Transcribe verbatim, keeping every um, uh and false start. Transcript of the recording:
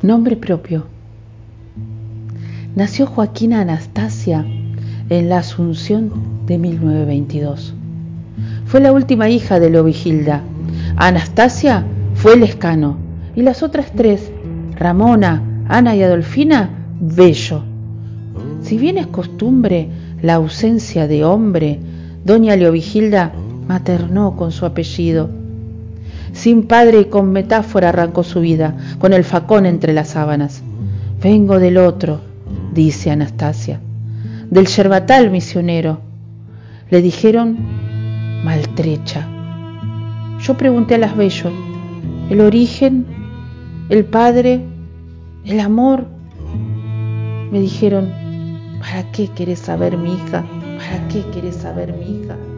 Nombre propio. Nació Joaquina Anastasia en la Asunción de mil novecientos veintidós. Fue la última hija de Leovigilda. Anastasia fue Lescano y las otras tres, Ramona, Ana y Adolfina, Bello. Si bien es costumbre la ausencia de hombre, doña Leovigilda maternó con su apellido. Sin padre y con metáfora arrancó su vida, con el facón entre las sábanas. Vengo del otro, dice Anastasia, del yerbatal misionero. Le dijeron maltrecha. Yo pregunté a las Bello, ¿el origen? ¿El padre? ¿El amor? Me dijeron, ¿para qué querés saber, mi hija? ¿Para qué querés saber, mi hija?